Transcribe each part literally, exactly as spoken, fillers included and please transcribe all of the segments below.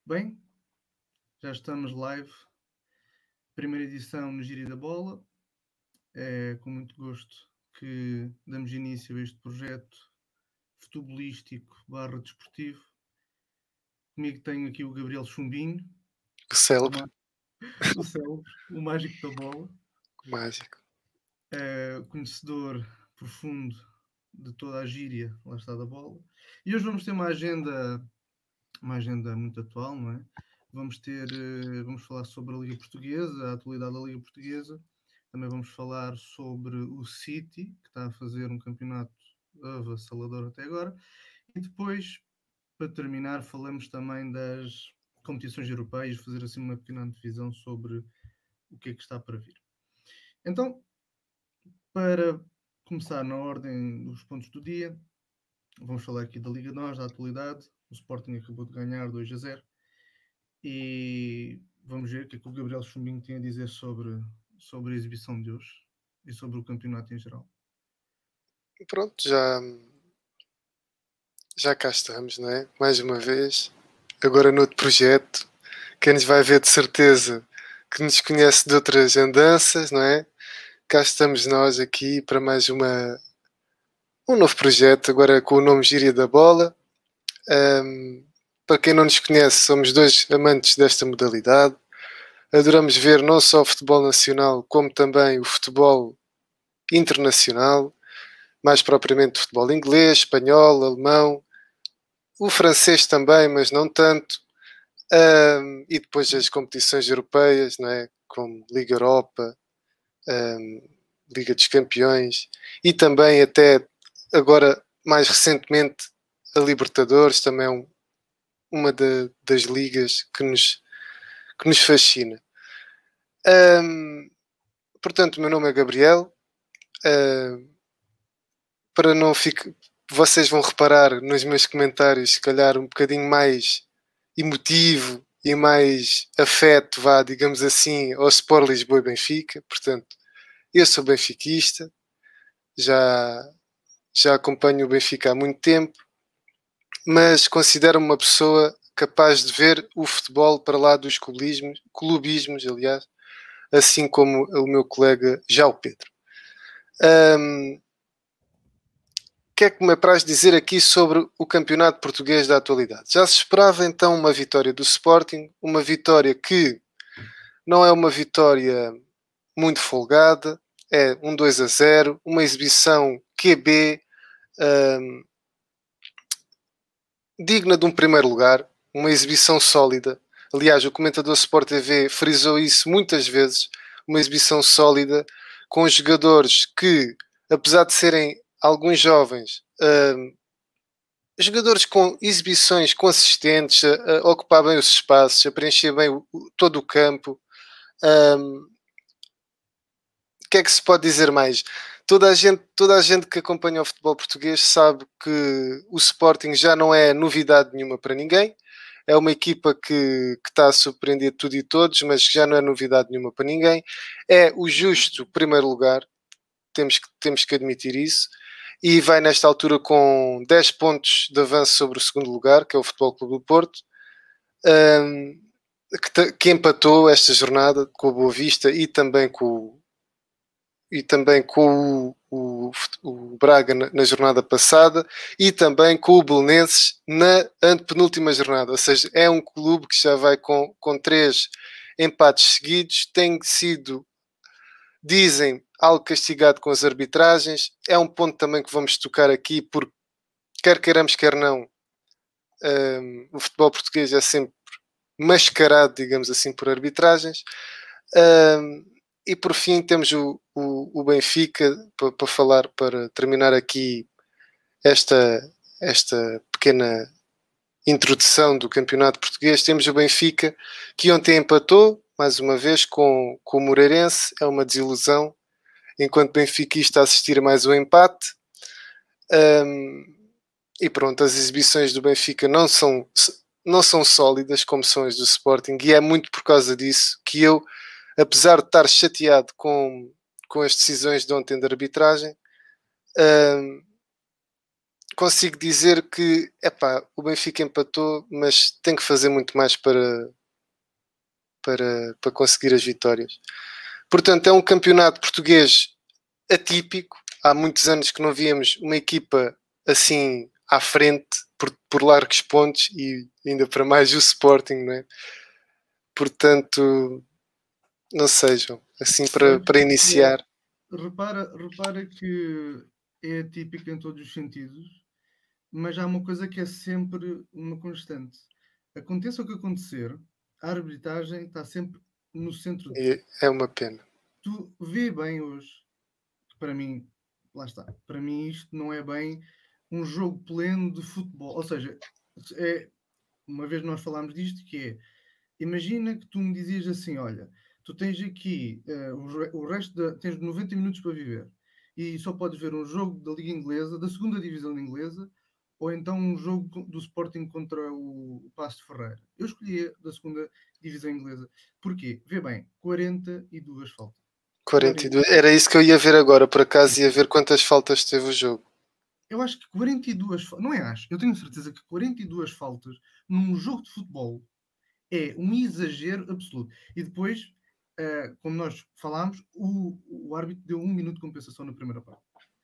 Bem, já estamos live. Primeira edição no Gíria da Bola. É com muito gosto que damos início a este projeto futebolístico barra desportivo. Comigo tenho aqui o Gabriel Chumbinho, O célebre. o célebre, o mágico da bola, O mágico. é, conhecedor profundo de toda a gíria, lá está, da bola. E hoje vamos ter uma agenda, uma agenda muito atual, não é? Vamos ter, eh, vamos falar sobre a Liga Portuguesa, a atualidade da Liga Portuguesa. Também vamos falar sobre o City, que está a fazer um campeonato avassalador até agora. E depois, para terminar, falamos também das competições europeias, fazer assim uma pequena divisão sobre o que é que está para vir. Então, para começar na ordem dos pontos do dia, vamos falar aqui da Liga Nós, da atualidade. O Sporting acabou de ganhar dois a zero. E vamos ver o que é que o Gabriel Chumbinho tem a dizer sobre, sobre a exibição de hoje e sobre o campeonato em geral. Pronto, já, já cá estamos, não é? Mais uma vez, agora noutro projeto. Quem nos vai ver de certeza que nos conhece de outras andanças, não é? Cá estamos nós aqui para mais uma, um novo projeto, agora com o nome Gíria da Bola. Um, para quem não nos conhece, somos dois amantes desta modalidade. Adoramos ver não só o futebol nacional, como também o futebol internacional, mais propriamente o futebol inglês, espanhol, alemão, o francês também, mas não tanto. Um, e depois as competições europeias, não é? Como Liga Europa, um, Liga dos Campeões e também até agora mais recentemente a Libertadores, também é um, uma de, das ligas que nos, que nos fascina. Um, portanto, o meu nome é Gabriel. Uh, para não ficar, vocês vão reparar nos meus comentários, se calhar um bocadinho mais emotivo e mais afeto, vá, digamos assim, ao Sport Lisboa e Benfica. Portanto, eu sou benfiquista, já, já acompanho o Benfica há muito tempo, mas considero-me uma pessoa capaz de ver o futebol para lá dos clubismos, clubismos, aliás, assim como o meu colega João Pedro. Um, O que é que me apraz dizer aqui sobre o campeonato português da atualidade? Já se esperava então uma vitória do Sporting, uma vitória que não é uma vitória muito folgada, é um dois a zero, uma exibição Q B um, digna de um primeiro lugar, uma exibição sólida. Aliás, o comentador Sport T V frisou isso muitas vezes, uma exibição sólida, com jogadores que, apesar de serem alguns jovens, um, jogadores com exibições consistentes, a, a ocupar bem os espaços, a preencher bem o, todo o campo. Um, o que é que se pode dizer mais? Toda a, gente, toda a gente que acompanha o futebol português sabe que o Sporting já não é novidade nenhuma para ninguém. É uma equipa que, que está a surpreender tudo e todos, mas já não é novidade nenhuma para ninguém. É o justo primeiro lugar, temos que, temos que admitir isso. E vai nesta altura com dez pontos de avanço sobre o segundo lugar, que é o Futebol Clube do Porto, um, que, que empatou esta jornada com o Boa Vista e também com, e também com o, o, o Braga na, na jornada passada e também com o Belenenses na antepenúltima jornada. Ou seja, é um clube que já vai com, com três empates seguidos, tem sido, dizem, algo castigado com as arbitragens. É um ponto também que vamos tocar aqui, porque quer queiramos, quer não, um, o futebol português é sempre mascarado, digamos assim, por arbitragens. Um, e por fim temos o, o, o Benfica, para, para falar, para terminar aqui esta, esta pequena introdução do campeonato português. Temos o Benfica, que ontem empatou, mais uma vez, com, com o Moreirense. É uma desilusão, enquanto benfiquista, assistir a mais um empate. Um, e pronto, as exibições do Benfica não são, não são sólidas como são as do Sporting, e é muito por causa disso que eu, apesar de estar chateado com, com as decisões de ontem da arbitragem, um, consigo dizer que epá, o Benfica empatou, mas tem que fazer muito mais para, para, para conseguir as vitórias. Portanto, é um campeonato português atípico. Há muitos anos que não víamos uma equipa assim à frente por, por largos pontos e ainda para mais o Sporting, não é? Portanto, não sejam assim para, para iniciar. Repara, repara que é atípico em todos os sentidos, mas há uma coisa que é sempre uma constante. Aconteça o que acontecer, a arbitragem está sempre no centro de tudo. É uma pena. Tu vê bem hoje, que para mim, lá está, para mim isto não é bem um jogo pleno de futebol. Ou seja, é, uma vez nós falámos disto, que é, imagina que tu me dizias assim, olha, tu tens aqui uh, o, o resto, da, tens noventa minutos para viver e só podes ver um jogo da Liga Inglesa, da segunda Divisão Inglesa, ou então um jogo do Sporting contra o Paço de Ferreira. Eu escolhi da segunda Divisão Inglesa. Porquê? Vê bem, quarenta e duas faltas. quarenta e dois. Era isso que eu ia ver agora, por acaso ia ver quantas faltas teve o jogo. Eu acho que quarenta e duas, não é acho, eu tenho certeza que quarenta e duas faltas num jogo de futebol é um exagero absoluto. E depois, uh, como nós falámos, o, o árbitro deu um minuto de compensação na primeira parte.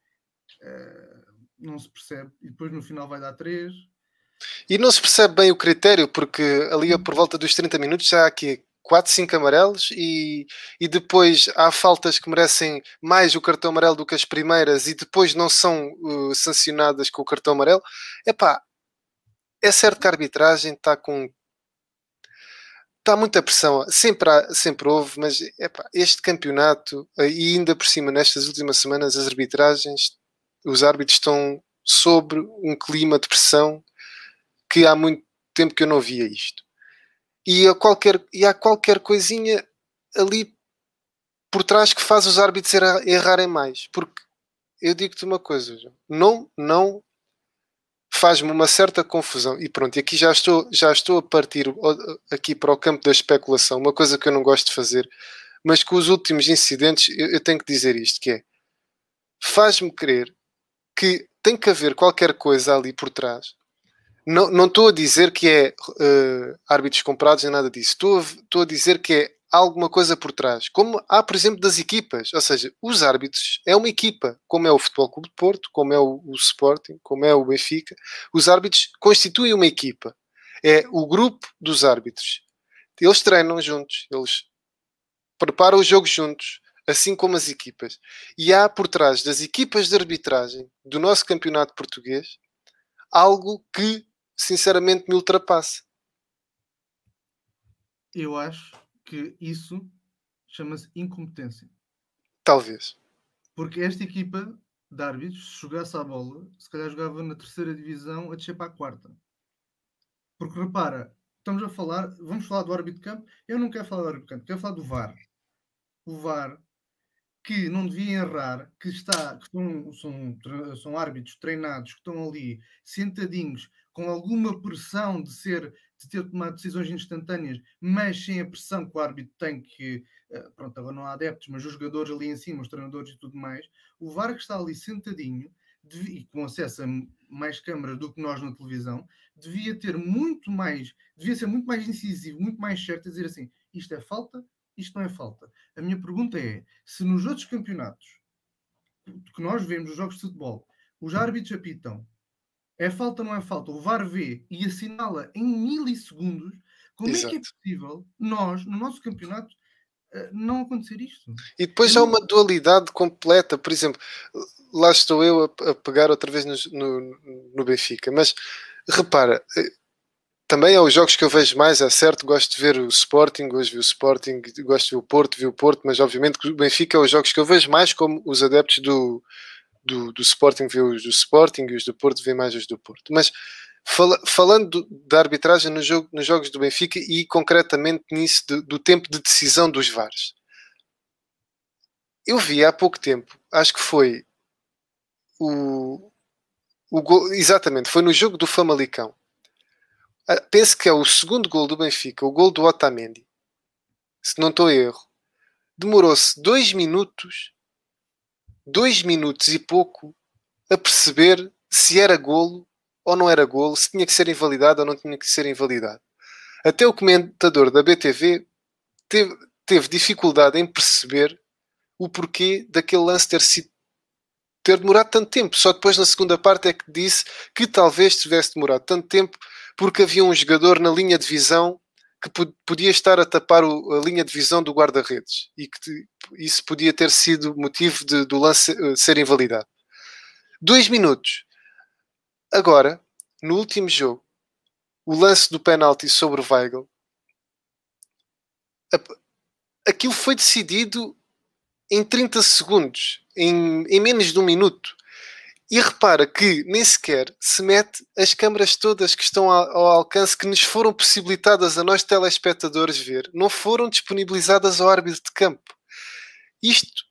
Uh, não se percebe. E depois no final vai dar três. E não se percebe bem o critério, porque ali por volta dos trinta minutos já há aqui quatro, cinco amarelos e, e depois há faltas que merecem mais o cartão amarelo do que as primeiras e depois não são uh, sancionadas com o cartão amarelo. Epá, é certo que a arbitragem está com... Está muita pressão, sempre, há, sempre houve, mas epá, este campeonato, e ainda por cima nestas últimas semanas, as arbitragens, os árbitros estão sobre um clima de pressão que há muito tempo que eu não via isto. E há qualquer, e há qualquer coisinha ali por trás que faz os árbitros errarem mais. Porque eu digo-te uma coisa, não, não faz-me uma certa confusão. E pronto, e aqui já estou, já estou a partir aqui para o campo da especulação, uma coisa que eu não gosto de fazer, mas com os últimos incidentes eu, eu tenho que dizer isto, que é, faz-me crer que tem que haver qualquer coisa ali por trás. Não, não estou a dizer que é uh, árbitros comprados nem nada disso. Estou a, estou a dizer que é alguma coisa por trás. Como há, por exemplo, das equipas. Ou seja, os árbitros é uma equipa. Como é o Futebol Clube de Porto, como é o, o Sporting, como é o Benfica. Os árbitros constituem uma equipa. É o grupo dos árbitros. Eles treinam juntos. Eles preparam os jogos juntos. Assim como as equipas. E há por trás das equipas de arbitragem do nosso campeonato português algo que sinceramente me ultrapassa. Eu acho que isso chama-se incompetência. Talvez. Porque esta equipa de árbitros, se jogasse a bola, se calhar jogava na terceira divisão a descer para a quarta. Porque repara, estamos a falar, vamos falar do árbitro de campo. Eu não quero falar do árbitro de campo, quero falar do V A R. O V A R, que não devia errar, que está, que são, são, são árbitros treinados, que estão ali sentadinhos, com alguma pressão de ser, de ter tomado decisões instantâneas, mas sem a pressão que o árbitro tem, que, pronto, agora não há adeptos, mas os jogadores ali em cima, os treinadores e tudo mais, o V A R que está ali sentadinho, devia, e com acesso a mais câmaras do que nós na televisão, devia ter muito mais, devia ser muito mais incisivo, muito mais certo, a dizer assim, isto é falta, isto não é falta. A minha pergunta é, se nos outros campeonatos que nós vemos, os jogos de futebol, os árbitros apitam, é falta ou não é falta, o V A R vê e assinala em milissegundos, como Exato. É que é possível nós, no nosso campeonato, não acontecer isto? E depois eu há não... uma dualidade completa. Por exemplo, lá estou eu a, a pegar outra vez no, no, no Benfica, mas repara... Também é os jogos que eu vejo mais, é certo, gosto de ver o Sporting, hoje vi o Sporting, gosto de ver o Porto, vi o Porto, mas obviamente que o Benfica é os jogos que eu vejo mais, como os adeptos do, do, do Sporting vê os do Sporting e os do Porto vê mais os do Porto. Mas fala, falando da arbitragem no jogo, nos jogos do Benfica e concretamente nisso do, do tempo de decisão dos V A Rs. Eu vi há pouco tempo, acho que foi o, o gol, exatamente, foi no jogo do Famalicão. Penso que é o segundo gol do Benfica, o gol do Otamendi, se não estou a erro. Demorou-se dois minutos, dois minutos e pouco, a perceber se era golo ou não era golo, se tinha que ser invalidado ou não tinha que ser invalidado. Até o comentador da B T V teve, teve dificuldade em perceber o porquê daquele lance ter sido ter demorado tanto tempo. Só depois na segunda parte é que disse que talvez tivesse demorado tanto tempo porque havia um jogador na linha de visão que podia estar a tapar a linha de visão do guarda-redes e que isso podia ter sido motivo de, do lance ser invalidado. Dois minutos. Agora, no último jogo, o lance do penalti sobre o Weigl, aquilo foi decidido em trinta segundos, em, em menos de um minuto. E repara que nem sequer se mete as câmaras todas que estão ao, ao alcance, que nos foram possibilitadas a nós telespectadores ver, não foram disponibilizadas ao árbitro de campo. Isto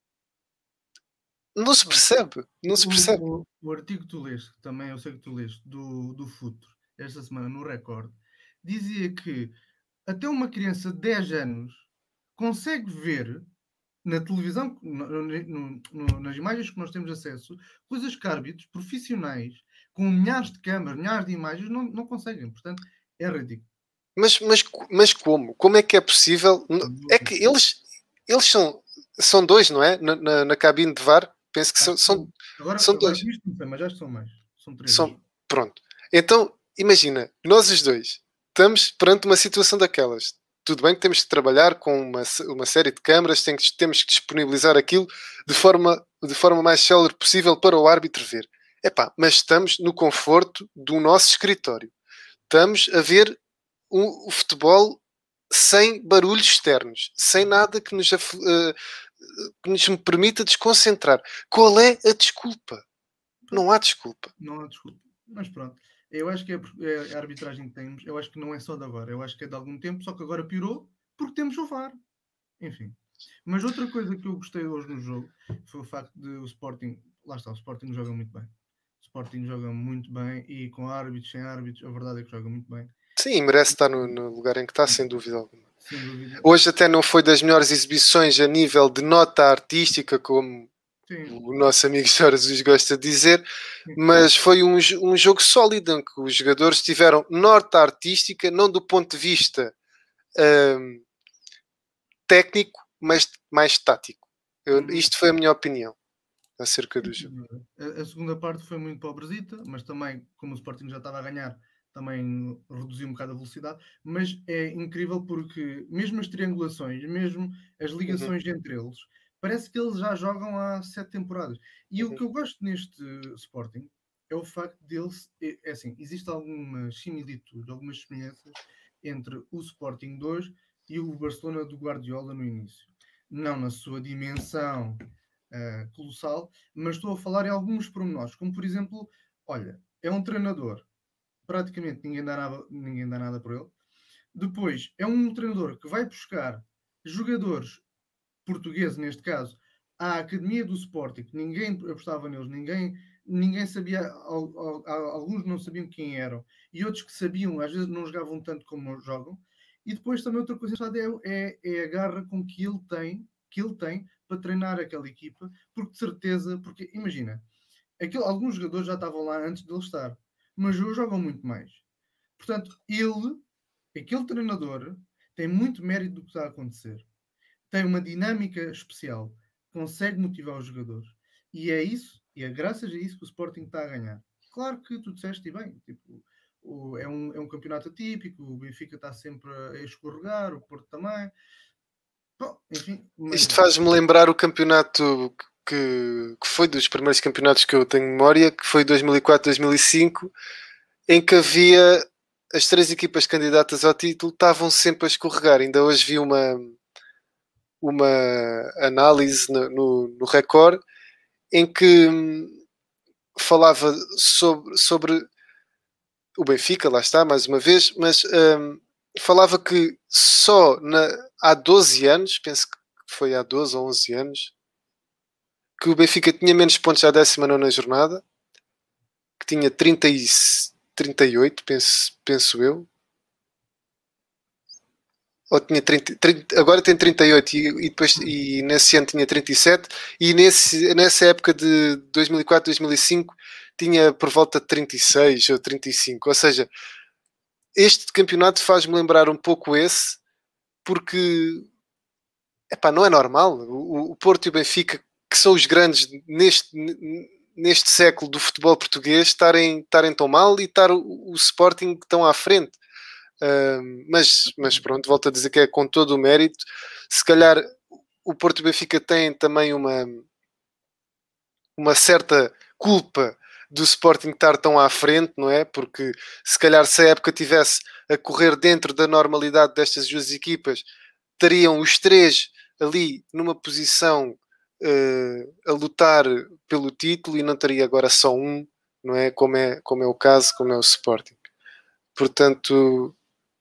não se percebe. Não se percebe. O, o, o artigo que tu leste, também eu sei que tu leste, do, do Futuro, esta semana no Record, dizia que até uma criança de dez anos consegue ver na televisão, no, no, no, nas imagens que nós temos acesso, coisas que árbitros profissionais, com milhares de câmaras, milhares de imagens, não, não conseguem. Portanto, é ridículo. Mas, mas, mas como? Como é que é possível? É que eles, eles são, são dois, não é? Na, na, na cabine de V A R, penso que são, são, agora, são agora dois. Visto, mas já são mais. São três. São, pronto. Então, imagina, nós os dois estamos perante uma situação daquelas. Tudo bem que temos que trabalhar com uma, uma série de câmaras, tem que, temos que disponibilizar aquilo de forma, de forma mais célere possível para o árbitro ver. Epá, mas estamos no conforto do nosso escritório. Estamos a ver o, o futebol sem barulhos externos, sem nada que nos, uh, que nos permita desconcentrar. Qual é a desculpa? Não há desculpa. Não há desculpa. Mas pronto. Eu acho que é a arbitragem que temos, eu acho que não é só de agora, eu acho que é de algum tempo, só que agora piorou porque temos o V A R. Enfim. Mas outra coisa que eu gostei hoje no jogo foi o facto de o Sporting, lá está, o Sporting joga muito bem. O Sporting joga muito bem e com árbitros, sem árbitros, a verdade é que joga muito bem. Sim, merece estar no, no lugar em que está, sem dúvida alguma. Sem dúvida. Hoje até não foi das melhores exibições a nível de nota artística, como Sim. o nosso amigo Jorge Jesus gosta de dizer, mas foi um, um jogo sólido em que os jogadores tiveram nota artística, não do ponto de vista um, técnico, mas mais tático. Eu, isto foi a minha opinião acerca do jogo. A, a segunda parte foi muito pobrezita, mas também, como o Sporting já estava a ganhar, também reduziu um bocado a velocidade, mas é incrível porque mesmo as triangulações, mesmo as ligações uhum. entre eles, parece que eles já jogam há sete temporadas. E uhum. o que eu gosto neste Sporting é o facto deles, é, é assim, existe alguma similitude, algumas semelhanças entre o Sporting de hoje e o Barcelona do Guardiola no início. Não na sua dimensão uh, colossal, mas estou a falar em alguns pormenores, como por exemplo, olha, é um treinador, praticamente ninguém dá nada, ninguém dá nada por ele. Depois, é um treinador que vai buscar jogadores portugueses, neste caso, à academia do Sporting, ninguém apostava neles, ninguém, ninguém sabia, alguns não sabiam quem eram, e outros que sabiam, às vezes não jogavam tanto como jogam. E depois também outra coisa é, é, é a garra com que ele tem, que ele tem para treinar aquela equipa, porque de certeza, porque imagina, aquele, alguns jogadores já estavam lá antes de ele estar, mas hoje jogam muito mais. Portanto, ele, aquele treinador, tem muito mérito do que está a acontecer. Tem uma dinâmica especial. Consegue motivar os jogadores. E é isso, e é graças a isso que o Sporting está a ganhar. Claro que tu disseste bem, tipo, o, é, um, é um campeonato atípico, o Benfica está sempre a escorregar, o Porto também. Bom, enfim, mas... Isto faz-me lembrar o campeonato que, que foi dos primeiros campeonatos que eu tenho memória, que foi dois mil e quatro, dois mil e cinco, em que havia as três equipas candidatas ao título, estavam sempre a escorregar. Ainda hoje vi uma, uma análise no, no, no Record em que falava sobre, sobre o Benfica, lá está, mais uma vez, mas um, falava que só na, há doze anos, penso que foi há doze ou onze anos, que o Benfica tinha menos pontos à décima nona jornada, que tinha trinta e, trinta e oito, penso, penso eu. Ou tinha trinta, trinta, agora tem trinta e oito e, e, depois, e nesse ano tinha trinta e sete, e nesse, nessa época de dois mil e quatro, dois mil e cinco tinha por volta de trinta e seis ou trinta e cinco. Ou seja, este campeonato faz-me lembrar um pouco esse, porque epá, não é normal. O, o Porto e o Benfica, que são os grandes neste, neste século do futebol português, estarem, estarem tão mal e estar o, o Sporting tão à frente. Uh, mas, mas pronto, volto a dizer que é com todo o mérito. Se calhar o Porto e o Benfica têm também uma, uma certa culpa do Sporting estar tão à frente, não é? Porque se calhar se a época tivesse a correr dentro da normalidade destas duas equipas, estariam os três ali numa posição uh, a lutar pelo título e não estaria agora só um, não é? Como é, como é o caso, como é o Sporting. Portanto...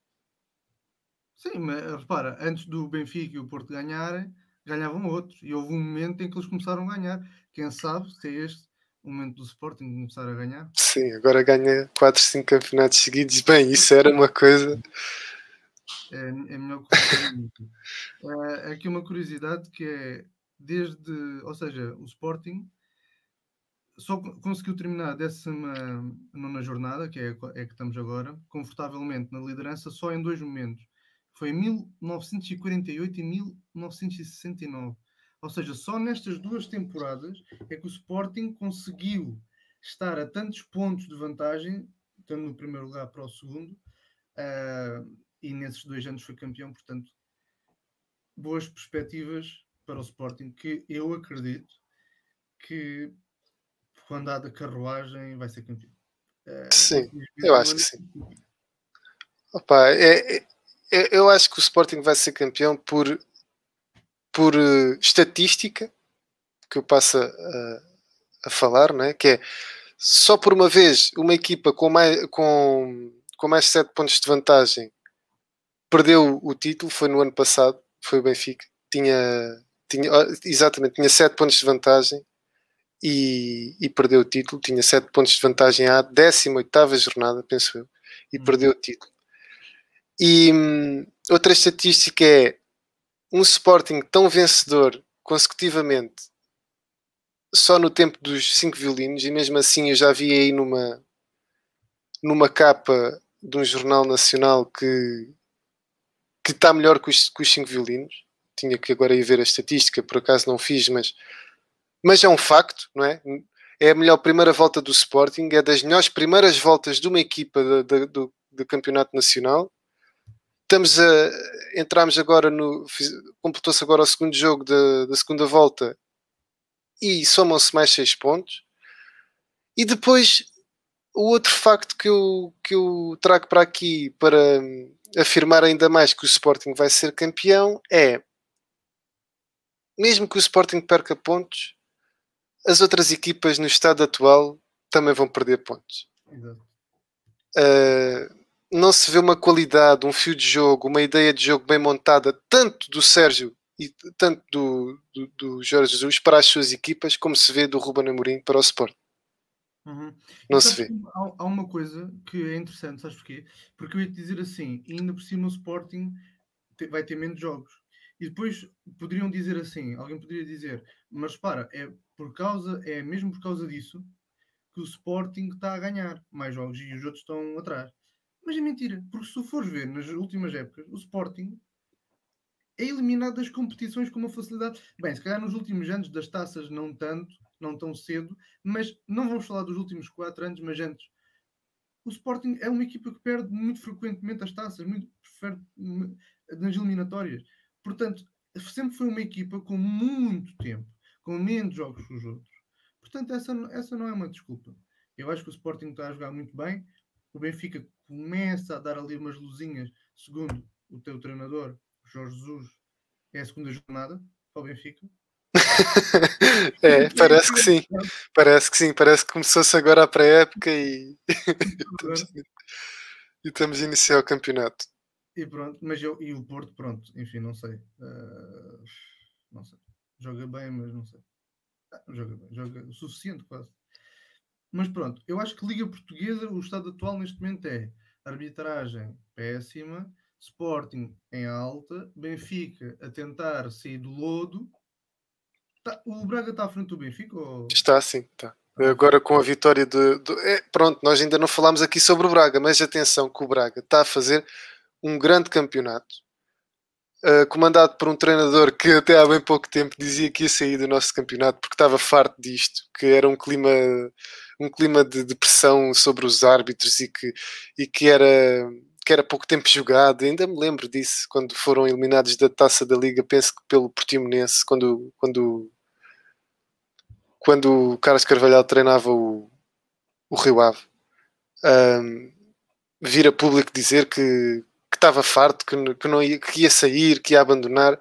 Sim, mas repara, antes do Benfica e o Porto ganharem, ganhavam outros. E houve um momento em que eles começaram a ganhar. Quem sabe se é este o momento do Sporting começar a ganhar. Sim, agora ganha quatro, cinco campeonatos seguidos. Bem, isso era uma coisa... É, é melhor que o uh, aqui uma curiosidade que é, desde... Ou seja, o Sporting só conseguiu terminar a décima nona jornada, que é, é que estamos agora, confortavelmente na liderança, só em dois momentos. Foi em mil novecentos e quarenta e oito e mil novecentos e sessenta e nove. Ou seja, só nestas duas temporadas é que o Sporting conseguiu estar a tantos pontos de vantagem, estando no primeiro lugar para o segundo, uh, e nesses dois anos foi campeão. Portanto, boas perspectivas para o Sporting, que eu acredito que quando há da carruagem vai ser campeão. Uh, sim, eu acho que sim. Opa, é, é, eu acho que o Sporting vai ser campeão por, por uh, estatística, que eu passo a, a falar, não é? Que é só por uma vez uma equipa com mais, com, com mais sete pontos de vantagem perdeu o título, foi no ano passado, foi o Benfica. Tinha, tinha exatamente, tinha sete pontos de vantagem e, e perdeu o título. Tinha sete pontos de vantagem à décima oitava jornada, penso eu, e hum. perdeu o título. E hum, outra estatística é um Sporting tão vencedor consecutivamente só no tempo dos cinco violinos, e mesmo assim eu já vi aí numa, numa capa de um jornal nacional que que está melhor que os, que os cinco violinos. Tinha que agora ir ver a estatística, por acaso não fiz, mas, mas é um facto, não é? É a melhor primeira volta do Sporting, é das melhores primeiras voltas de uma equipa de, de, do, do campeonato nacional. Estamos a entramos agora no completou-se agora o segundo jogo da, da segunda volta e somam-se mais seis pontos. E depois o outro facto que eu, que eu trago para aqui para afirmar ainda mais que o Sporting vai ser campeão é, mesmo que o Sporting perca pontos, as outras equipas no estado atual também vão perder pontos. Uh, não se vê uma qualidade, um fio de jogo, uma ideia de jogo bem montada, tanto do Sérgio e tanto do, do, do Jorge Jesus para as suas equipas, como se vê do Ruben Amorim para o Sporting. Uhum. Não se vê. Há, há uma coisa que é interessante, sabes porquê? Porque eu ia te dizer assim, ainda por cima o Sporting te, vai ter menos jogos. E depois poderiam dizer assim, alguém poderia dizer, mas para, é por causa, é mesmo por causa disso que o Sporting está a ganhar mais jogos e os outros estão atrás. Mas é mentira, porque se tu fores ver nas últimas épocas, o Sporting é eliminado das competições com uma facilidade. Bem, se calhar nos últimos anos das taças não tanto, não tão cedo, mas não vamos falar dos últimos quatro anos, mas antes. O Sporting é uma equipa que perde muito frequentemente as taças, muito prefere nas eliminatórias. Portanto, sempre foi uma equipa com muito tempo, com menos jogos que os outros. Portanto, essa, essa não é uma desculpa. Eu acho que o Sporting está a jogar muito bem. O Benfica começa a dar ali umas luzinhas, segundo o teu treinador, Jorge Jesus. É a segunda jornada para o Benfica. É, parece que sim. Parece que sim. Parece que começou-se agora a pré-época e... e estamos a iniciar o campeonato. E pronto, mas eu e o Porto, pronto, enfim, não sei. Uh, não sei. Joga bem, mas não sei. Ah, joga bem, joga o suficiente quase. Mas pronto, eu acho que Liga Portuguesa, o estado atual neste momento é arbitragem péssima, Sporting em alta, Benfica a tentar sair do lodo. Tá, o Braga está à frente do Benfica? Ou... Está sim, está. Agora com a vitória de... de é, pronto, nós ainda não falámos aqui sobre o Braga, mas atenção que o Braga está a fazer um grande campeonato. Uh, comandado por um treinador que até há bem pouco tempo dizia que ia sair do nosso campeonato porque estava farto disto, que era um clima, um clima de, de pressão sobre os árbitros e que, e que, era, que era pouco tempo jogado. Ainda me lembro disso, quando foram eliminados da Taça da Liga, penso que pelo Portimonense, quando, quando, quando o Carlos Carvalhal treinava o, o Rio Ave. Um, vir a público dizer que que estava farto, que, que, não ia, que ia sair, que ia abandonar,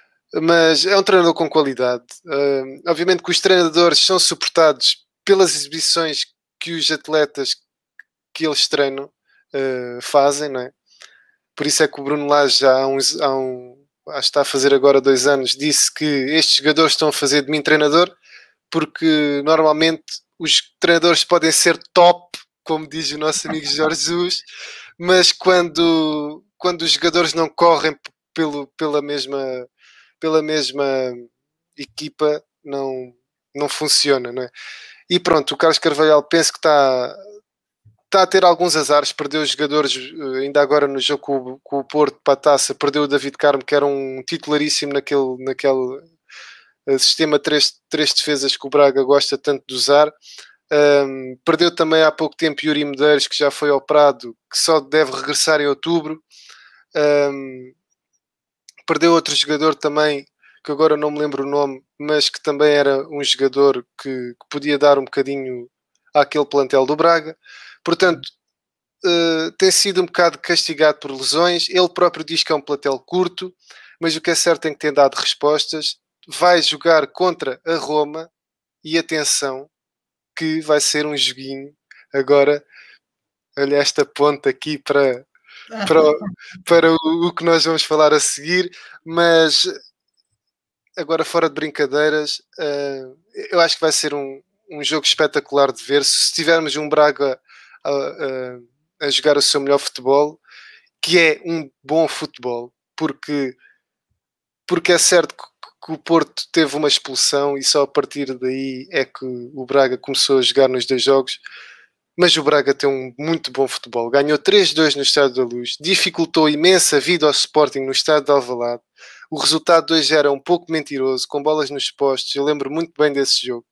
mas é um treinador com qualidade. Uh, obviamente que os treinadores são suportados pelas exibições que os atletas que eles treinam uh, fazem, não é? Por isso é que o Bruno Lage já há uns, há um, acho que está a fazer agora dois anos, disse que estes jogadores estão a fazer de mim treinador, porque normalmente os treinadores podem ser top, como diz o nosso amigo Jorge Jesus, mas quando, quando os jogadores não correm pelo, pela, mesma, pela mesma equipa, não, não funciona, não é? E pronto, o Carlos Carvalhal penso que está, está a ter alguns azares, perdeu os jogadores ainda agora no jogo com o, com o Porto para a Taça, perdeu o David Carmo, que era um titularíssimo naquele, naquele sistema três, três defesas que o Braga gosta tanto de usar. Um, perdeu também há pouco tempo Yuri Medeiros, que já foi operado, que só deve regressar em outubro. Um, perdeu outro jogador também, que agora não me lembro o nome, mas que também era um jogador que, que podia dar um bocadinho àquele plantel do Braga. Portanto, uh, tem sido um bocado castigado por lesões. Ele próprio diz que é um plantel curto, mas o que é certo é que tem dado respostas. Vai jogar contra a Roma e atenção, que vai ser um joguinho. Agora, olha esta ponta aqui para, para, o, para o, o que nós vamos falar a seguir, mas agora fora de brincadeiras, uh, eu acho que vai ser um, um jogo espetacular de ver. Se tivermos um Braga a, a, a jogar o seu melhor futebol, que é um bom futebol, porque, porque é certo que que o Porto teve uma expulsão e só a partir daí é que o Braga começou a jogar nos dois jogos, mas o Braga tem um muito bom futebol, ganhou três dois no Estádio da Luz, dificultou imensa vida ao Sporting no Estádio de Alvalade. O resultado de hoje era um pouco mentiroso, com bolas nos postos, eu lembro muito bem desse jogo.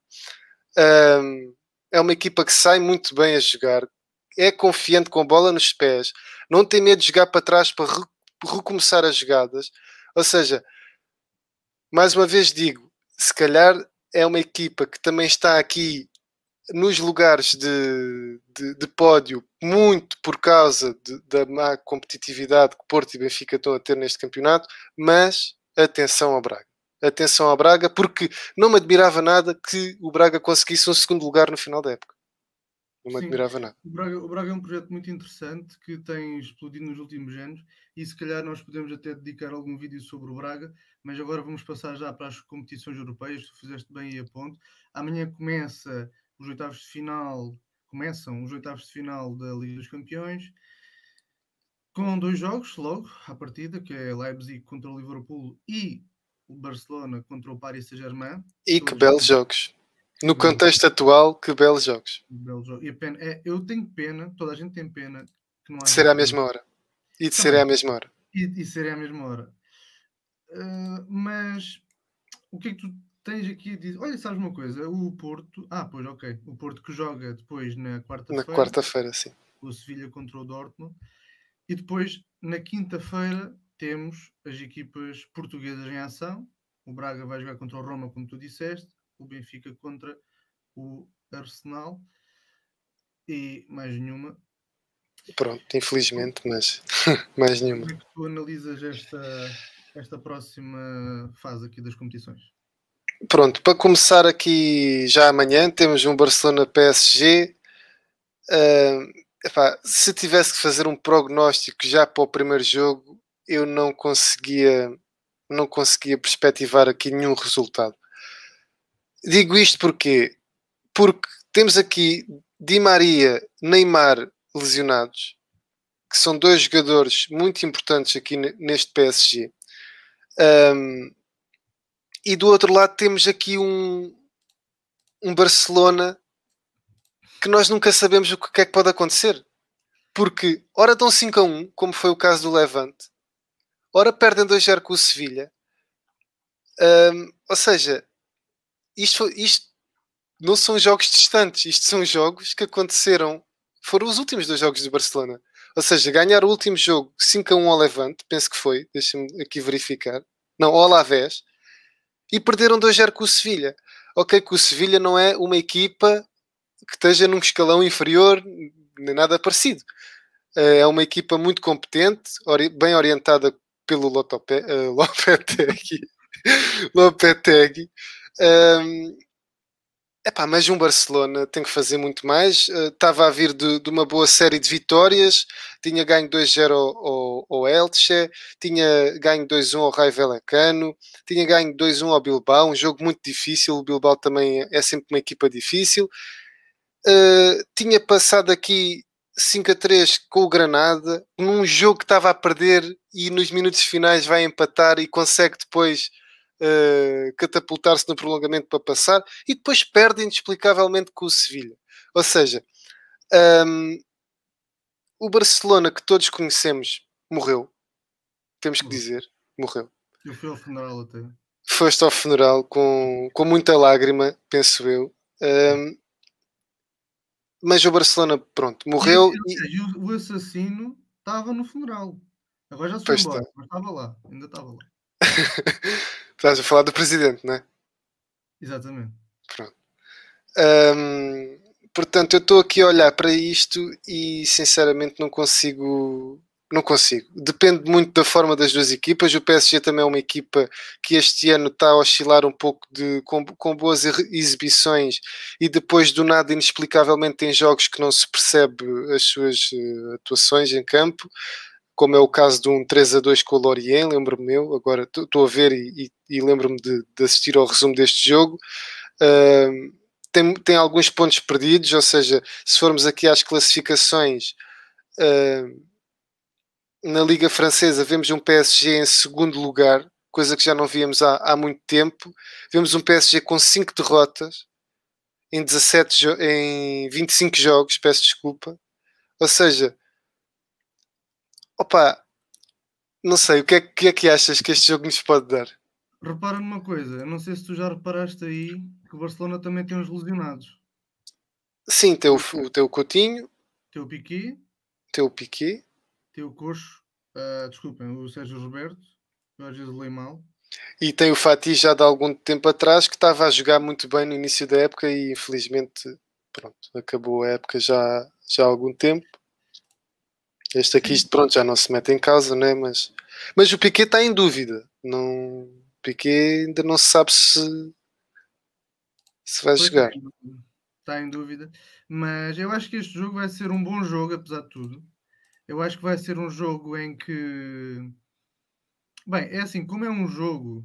Um, é uma equipa que sai muito bem a jogar, é confiante com bola nos pés, não tem medo de jogar para trás para re recomeçar as jogadas, ou seja, mais uma vez digo, se calhar é uma equipa que também está aqui nos lugares de, de, de pódio muito por causa de, da má competitividade que Porto e Benfica estão a ter neste campeonato, mas atenção ao Braga. Atenção ao Braga, porque não me admirava nada que o Braga conseguisse um segundo lugar no final da época. Não me Sim, admirava nada. O Braga, o Braga é um projeto muito interessante que tem explodido nos últimos anos e se calhar nós podemos até dedicar algum vídeo sobre o Braga, mas agora vamos passar já para as competições europeias. Tu fizeste bem aí a ponto. Amanhã começa os oitavos de final, começam os oitavos de final da Liga dos Campeões, com dois jogos logo à partida, que é Leipzig contra o Liverpool e o Barcelona contra o Paris Saint-Germain. E que belos jogos. No contexto atual, que belos jogos. E a pena, é, eu tenho pena, toda a gente tem pena que não de ser à mesma hora. E de serem à mesma hora. E de serem à mesma hora. Uh, mas o que é que tu tens aqui a dizer? Olha, sabes uma coisa? O Porto. Ah, pois, ok. O Porto que joga depois na quarta-feira. Na quarta-feira, sim. O Sevilha contra o Dortmund. E depois, na quinta-feira, temos as equipas portuguesas em ação. O Braga vai jogar contra o Roma, como tu disseste. O Benfica contra o Arsenal. E mais nenhuma. Pronto, infelizmente, mas mais nenhuma. Como é que tu analisas esta, esta próxima fase aqui das competições? Pronto, para começar aqui já amanhã temos um Barcelona P S G. Uh, epá, se tivesse que fazer um prognóstico já para o primeiro jogo, eu não conseguia, não conseguia perspectivar aqui nenhum resultado. Digo isto porque, porque temos aqui Di Maria, Neymar lesionados, que são dois jogadores muito importantes aqui neste P S G. Um, e do outro lado temos aqui um, um Barcelona que nós nunca sabemos o que é que pode acontecer. Porque, ora dão cinco a um, como foi o caso do Levante, ora perdem dois a zero com o Sevilha. Um, ou seja, isto, isto não são jogos distantes, isto são jogos que aconteceram, foram os últimos dois jogos do Barcelona. Ou seja, ganhar o último jogo cinco a um ao Levante, penso que foi, deixa-me aqui verificar, não, ao Alavés, e perderam dois a zero com o Sevilha. Ok, que o Sevilha não é uma equipa que esteja num escalão inferior, nem nada parecido. É uma equipa muito competente, bem orientada pelo Lopetegui. Lopetegui. Um, epá, mas um Barcelona tem que fazer muito mais. Estava uh, a vir de, de uma boa série de vitórias, tinha ganho dois a zero ao, ao, ao Elche, tinha ganho dois a um ao Rayo Vallecano, tinha ganho dois a um ao Bilbao, um jogo muito difícil. O Bilbao também é sempre uma equipa difícil. Uh, tinha passado aqui cinco a três com o Granada, num jogo que estava a perder e nos minutos finais vai empatar e consegue depois uh, catapultar-se no prolongamento para passar, e depois perde inexplicavelmente com o Sevilha. Ou seja, um, o Barcelona que todos conhecemos morreu, temos que dizer, morreu. Eu fui ao funeral até. Foste ao funeral com, com muita lágrima, penso eu. Um, mas o Barcelona, pronto, morreu. E, e, e... o assassino estava no funeral. Agora já se foi pois embora, está. Mas estava lá, ainda estava lá. Estás a falar do presidente, não é? Exatamente. Pronto. Um, portanto, eu estou aqui a olhar para isto e sinceramente não consigo. Não consigo. Depende muito da forma das duas equipas. O P S G também é uma equipa que este ano está a oscilar um pouco de, com, com boas exibições e depois do nada, inexplicavelmente, tem jogos que não se percebe as suas uh, atuações em campo, como é o caso de um três a dois com o Lorient, lembro-me eu, agora estou a ver e, e, e lembro-me de, de assistir ao resumo deste jogo. Uh, tem, tem alguns pontos perdidos, ou seja, se formos aqui às classificações... Uh, na Liga Francesa vemos um P S G em segundo lugar, coisa que já não víamos há, há muito tempo. Vemos um P S G com cinco derrotas em, dezassete, em vinte e cinco jogos, peço desculpa. Ou seja, opa, não sei, o que é, que é que achas que este jogo nos pode dar? Repara numa coisa, eu não sei se tu já reparaste aí que o Barcelona também tem uns lesionados. Sim, tem o, o teu Coutinho, tem o Piqué, tem o Piqué, tem o Coxo, uh, desculpem, o Sérgio Roberto, eu às vezes leio mal. E tem o Fati já de algum tempo atrás, que estava a jogar muito bem no início da época e infelizmente, pronto, acabou a época já, já há algum tempo. Este aqui, isto, pronto, já não se mete em causa, né? Mas, mas o Piqué está em dúvida. Não, o Piqué ainda não se sabe se, se vai pois jogar. Está em dúvida. Mas eu acho que este jogo vai ser um bom jogo, apesar de tudo. Eu acho que vai ser um jogo em que... Bem, é assim, como é um jogo...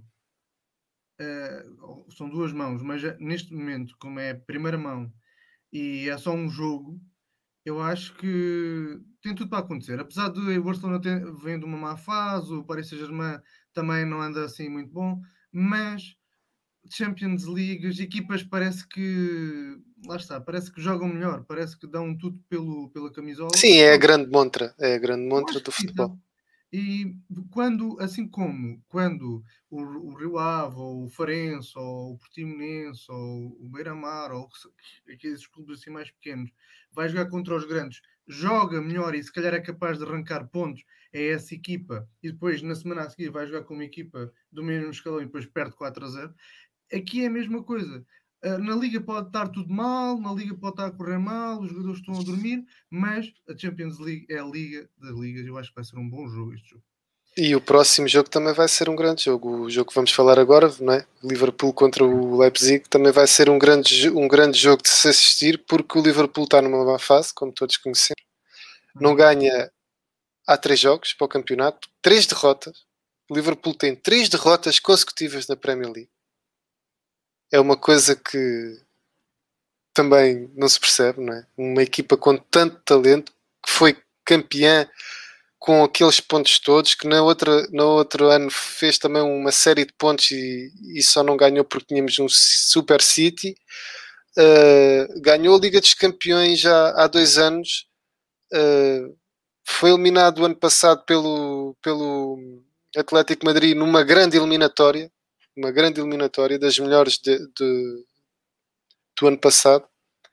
Uh, são duas mãos, mas neste momento, como é a primeira mão e é só um jogo, eu acho que tem tudo para acontecer. Apesar de o Barcelona ter, vem de uma má fase, o Paris Saint-Germain também não anda assim muito bom, mas Champions League, as equipas parece que lá está, parece que jogam melhor, parece que dão tudo pelo, pela camisola. Sim, é a grande montra, é a grande montra do futebol. Sim, e quando, assim como quando o, o Rio Ave, ou o Farense, ou o Portimonense, ou o Beira-Mar, ou aqueles clubes assim mais pequenos, vai jogar contra os grandes, joga melhor e se calhar é capaz de arrancar pontos a essa equipa, e depois na semana a seguir vai jogar com uma equipa do mesmo escalão e depois perde quatro a zero. Aqui é a mesma coisa. Na Liga pode estar tudo mal, na Liga pode estar a correr mal, os jogadores estão a dormir, mas a Champions League é a Liga das Ligas. Eu acho que vai ser um bom jogo este jogo. E o próximo jogo também vai ser um grande jogo. O jogo que vamos falar agora, não é? Liverpool contra o Leipzig, também vai ser um grande, um grande jogo de se assistir, porque o Liverpool está numa má fase, como todos conhecemos. Não uhum. ganha há três jogos para o campeonato, três derrotas. O Liverpool tem três derrotas consecutivas na Premier League. É uma coisa que também não se percebe, não é? Uma equipa com tanto talento, que foi campeã com aqueles pontos todos, que na outra, no outro ano fez também uma série de pontos e, e só não ganhou porque tínhamos um Super City. uh, ganhou a Liga dos Campeões já há dois anos, uh, foi eliminado o ano passado pelo, pelo Atlético Madrid numa grande eliminatória, uma grande eliminatória das melhores de, de, do ano passado.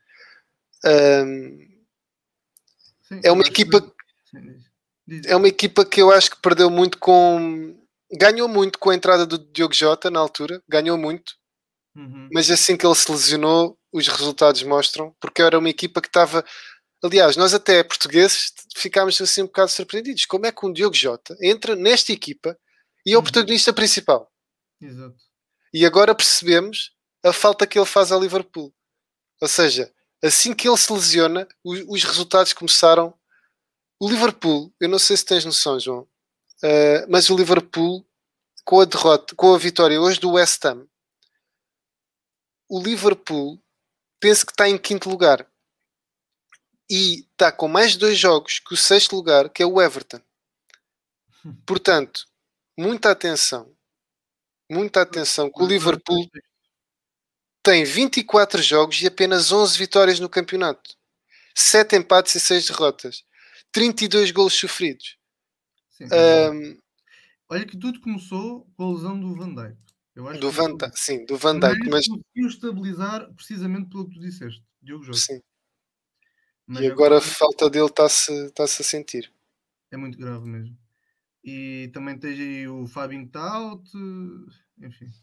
Um, Sim, é eu uma acho equipa que... Sim, diz. Diz. é uma equipa que eu acho que perdeu muito com ganhou muito com a entrada do Diogo Jota na altura, ganhou muito, Uhum. mas assim que ele se lesionou os resultados mostram, porque era uma equipa que estava, aliás, nós até portugueses ficámos assim um bocado surpreendidos, como é que um Diogo Jota entra nesta equipa e é o Uhum. protagonista principal. Exato. E agora percebemos a falta que ele faz ao Liverpool, ou seja, assim que ele se lesiona os, os resultados começaram. O Liverpool, eu não sei se tens noção, João, uh, mas o Liverpool, com a derrota, com a vitória hoje do West Ham, o Liverpool penso que está em quinto lugar e está com mais dois jogos que o sexto lugar, que é o Everton. Portanto, muita atenção, muita atenção, que o Liverpool tem vinte e quatro jogos e apenas onze vitórias no campeonato, sete empates e seis derrotas, trinta e dois golos sofridos. Sim, Um, olha que tudo começou com a lesão do Van Dijk. Eu acho do que Van começou, Dijk, sim, do Van mas Dijk, mas conseguiu estabilizar precisamente pelo que tu disseste, Diogo Jota. sim. Mas E agora agora a falta dele está-se está-se a sentir. é muito grave mesmo. E também tens aí o Fabinho que está out, enfim.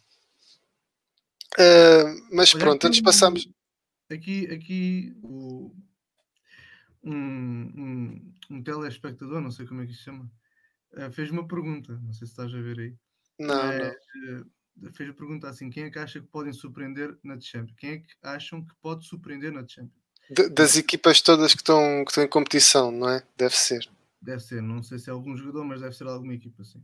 Uh, mas Olha pronto, aqui, antes o, passamos. aqui, aqui o, um, um, um telespectador, não sei como é que se chama, uh, fez uma pergunta, não sei se estás a ver aí, Não, mas não. uh, fez a pergunta assim: quem é que acha que podem surpreender na Champions? Quem é que acham que pode surpreender na Champions? De, das equipas todas que estão, que estão em competição, não é? Deve ser. Deve ser, não sei se é algum jogador, mas deve ser alguma equipa, sim.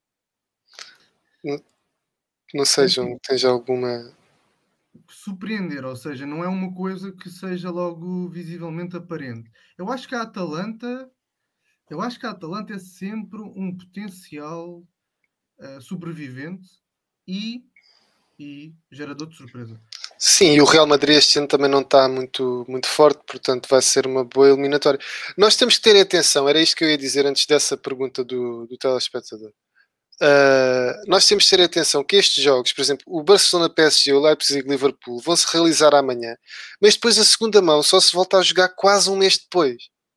Não, não sei, João, tens alguma. Surpreender, ou seja, não é uma coisa que seja logo visivelmente aparente. Eu acho que a Atalanta, eu acho que a Atalanta é sempre um potencial uh, sobrevivente e, e gerador de surpresa. Sim, e o Real Madrid este ano também não está muito, muito forte, portanto vai ser uma boa eliminatória. Nós temos que ter atenção, era isto que eu ia dizer antes dessa pergunta do, do telespectador. Uh, nós temos que ter atenção que estes jogos, por exemplo, o Barcelona P S G, o Leipzig e Liverpool vão se realizar amanhã, mas depois a segunda mão só se volta a jogar quase um mês depois.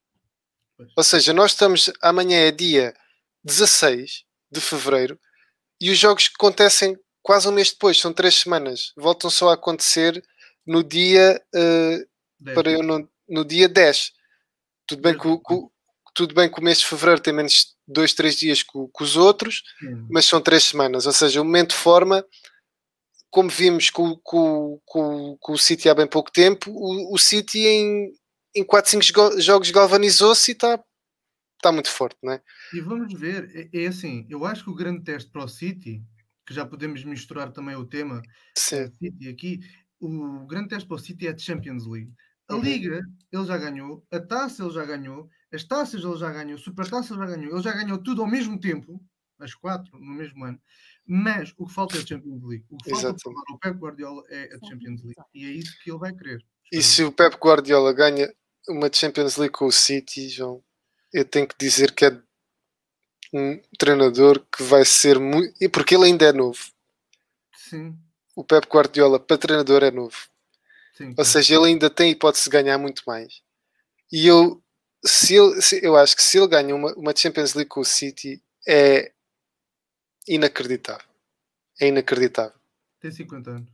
Ou seja, nós estamos, amanhã é dia dezasseis de fevereiro e os jogos que acontecem quase um mês depois, são três semanas, voltam só a acontecer no dia uh, para eu não, no dia dez. Tudo bem que o, que, tudo bem que o mês de fevereiro tem menos dois, três dias que, que os outros, sim, mas são três semanas, ou seja, o momento de forma, como vimos com, com, com, com o City há bem pouco tempo, o, o City em, em quatro, cinco jogos galvanizou-se e está tá muito forte, não é? E vamos ver, é, é assim, eu acho que o grande teste para o City, que já podemos misturar também o tema uh, City aqui, o grande teste para o City é a Champions League. A uhum. Liga ele já ganhou, a Taça ele já ganhou, as Taças ele já ganhou, a Supertaça ele já ganhou, ele já ganhou tudo ao mesmo tempo, as quatro no mesmo ano, mas o que falta é a Champions League. O que falta para o Pep Guardiola é a Champions League e é isso que ele vai querer. E se o Pep Guardiola ganha uma Champions League com o City, João, eu tenho que dizer que é um treinador que vai ser muito... E porque ele ainda é novo. Sim. O Pep Guardiola para treinador é novo. Sim, ou seja, ele ainda tem hipótese de ganhar muito mais. E eu, se ele, se, eu acho que se ele ganha uma, uma Champions League com o City, é inacreditável. É inacreditável. Tem cinquenta anos.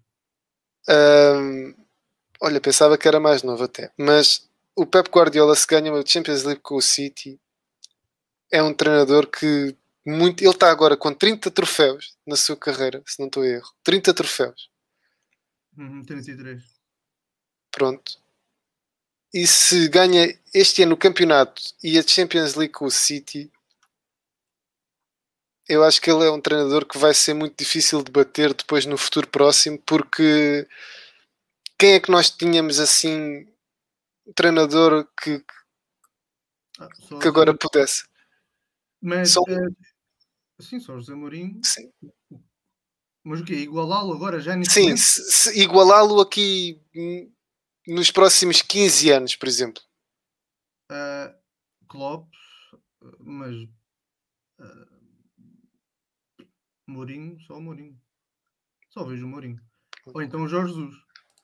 Um, olha, pensava que era mais novo até. Mas o Pep Guardiola, se ganha uma Champions League com o City, é um treinador que muito, ele está agora com trinta troféus na sua carreira, se não estou a erro. trinta troféus. Uhum, trinta e três. Pronto. E se ganha este ano o campeonato e a Champions League com o City, eu acho que ele é um treinador que vai ser muito difícil de bater depois no futuro próximo, porque quem é que nós tínhamos assim um treinador que, ah, que agora pudesse? Mas só... uh, sim, só José Mourinho. Sim. Mas o quê? Igualá-lo agora já neste Sim, momento? se, se igualá-lo aqui nos próximos quinze anos, por exemplo? Uh, Klopp, mas uh, Mourinho, só o Mourinho. Só vejo o Mourinho. Ou então o Jorge Jesus.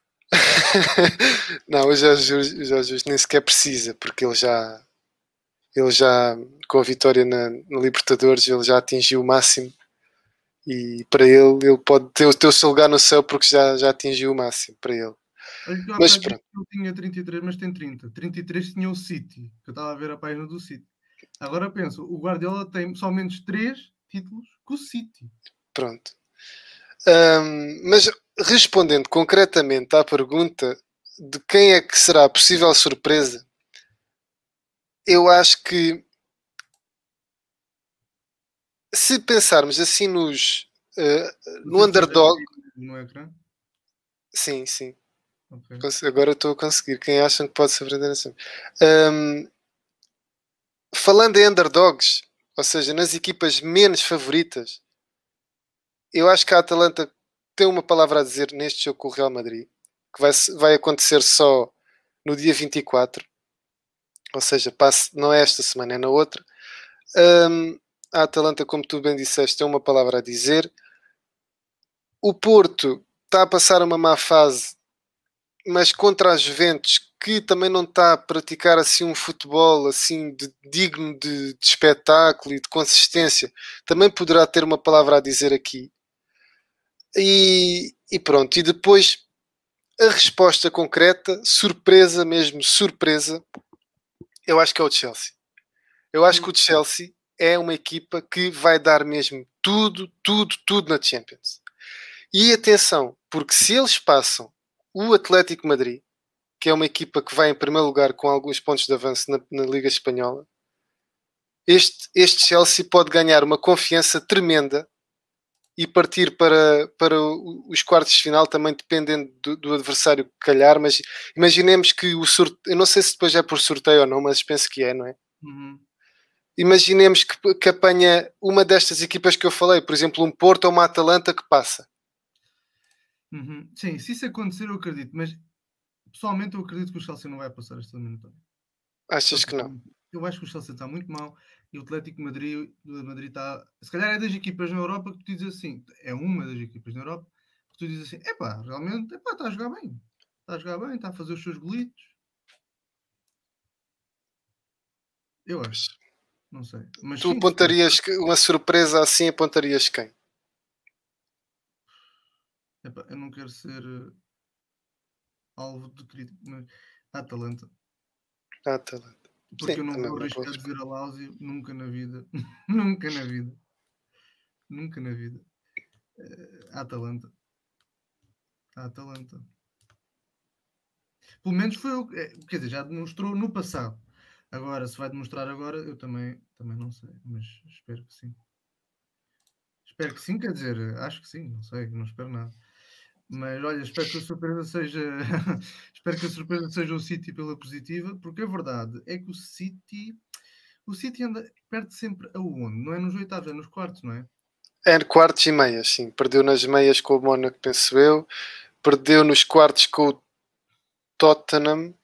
Não, o Jorge Jesus, Jesus nem sequer precisa, porque ele já, ele já com a vitória na, na Libertadores, ele já atingiu o máximo. E para ele, ele pode ter o teu seu lugar no céu porque já, já atingiu o máximo para ele. Olha que eu Mas ele pronto. tinha trinta e três, mas tem trinta. trinta e três tinha o City, que eu estava a ver a página do City. Agora penso, o Guardiola tem somente três títulos com o City. Pronto. Um, mas respondendo concretamente à pergunta de quem é que será a possível surpresa, eu acho que se pensarmos assim nos uh, no underdog, no ecrã? Sim, sim. Okay. Agora estou a conseguir. Quem acham que pode surpreender assim? Um, falando em underdogs, ou seja, nas equipas menos favoritas, eu acho que a Atalanta tem uma palavra a dizer neste jogo com o Real Madrid, que vai, vai acontecer só no dia vinte e quatro, ou seja, passe, não é esta semana, é na outra. Um, a Atalanta, como tu bem disseste, tem uma palavra a dizer. O Porto está a passar uma má fase, mas contra a Juventus, que também não está a praticar assim um futebol assim de, digno de, de espetáculo e de consistência, também poderá ter uma palavra a dizer aqui. E, e pronto, e depois a resposta concreta, surpresa mesmo, surpresa, eu acho que é o Chelsea. Eu acho que o Chelsea é uma equipa que vai dar mesmo tudo, tudo, tudo na Champions. E atenção, porque se eles passam o Atlético Madrid, que é uma equipa que vai em primeiro lugar com alguns pontos de avanço na, na Liga Espanhola, este, este Chelsea pode ganhar uma confiança tremenda e partir para, para os quartos de final, também dependendo do, do adversário que calhar, mas imaginemos que o sorteio, eu não sei se depois é por sorteio ou não, mas penso que é, não é? Uhum. Imaginemos que, que apanha uma destas equipas que eu falei, por exemplo, um Porto ou uma Atalanta que passa. Uhum. Sim, se isso acontecer eu acredito, mas pessoalmente eu acredito que o Chelsea não vai passar esta eliminatória. Achas que não? Eu acho que o Chelsea está muito mal e o Atlético de Madrid, de Madrid está. Se calhar é das equipas na Europa que tu dizes assim, é uma das equipas na Europa que tu dizes assim, epá, realmente epá, está a jogar bem. Está a jogar bem, está a fazer os seus golitos. Eu acho. Não sei. Mas Tu sim, apontarias que uma surpresa assim, apontarias quem? epá, eu não quero ser uh, alvo de crítica, mas a Atalanta. A Atalanta. Porque Sim, eu não também vou uma boa arriscar escolha. dizer a Lazio nunca na vida. nunca na vida. Nunca na vida. Uh, a Atalanta. A Atalanta. Pelo menos foi o que. é, Quer dizer, já demonstrou no passado. Agora, se vai demonstrar agora, eu também, também não sei. Mas espero que sim. Espero que sim, quer dizer, acho que sim, não sei, não espero nada. Mas olha, espero que a surpresa seja. espero que a surpresa seja o City pela positiva, porque a verdade é que o City. O City anda, perde sempre aonde? Não é nos oitavos, é nos quartos, não é? É quartos e meias, sim. Perdeu nas meias com o Mónaco, penso eu. Perdeu nos quartos com o Tottenham.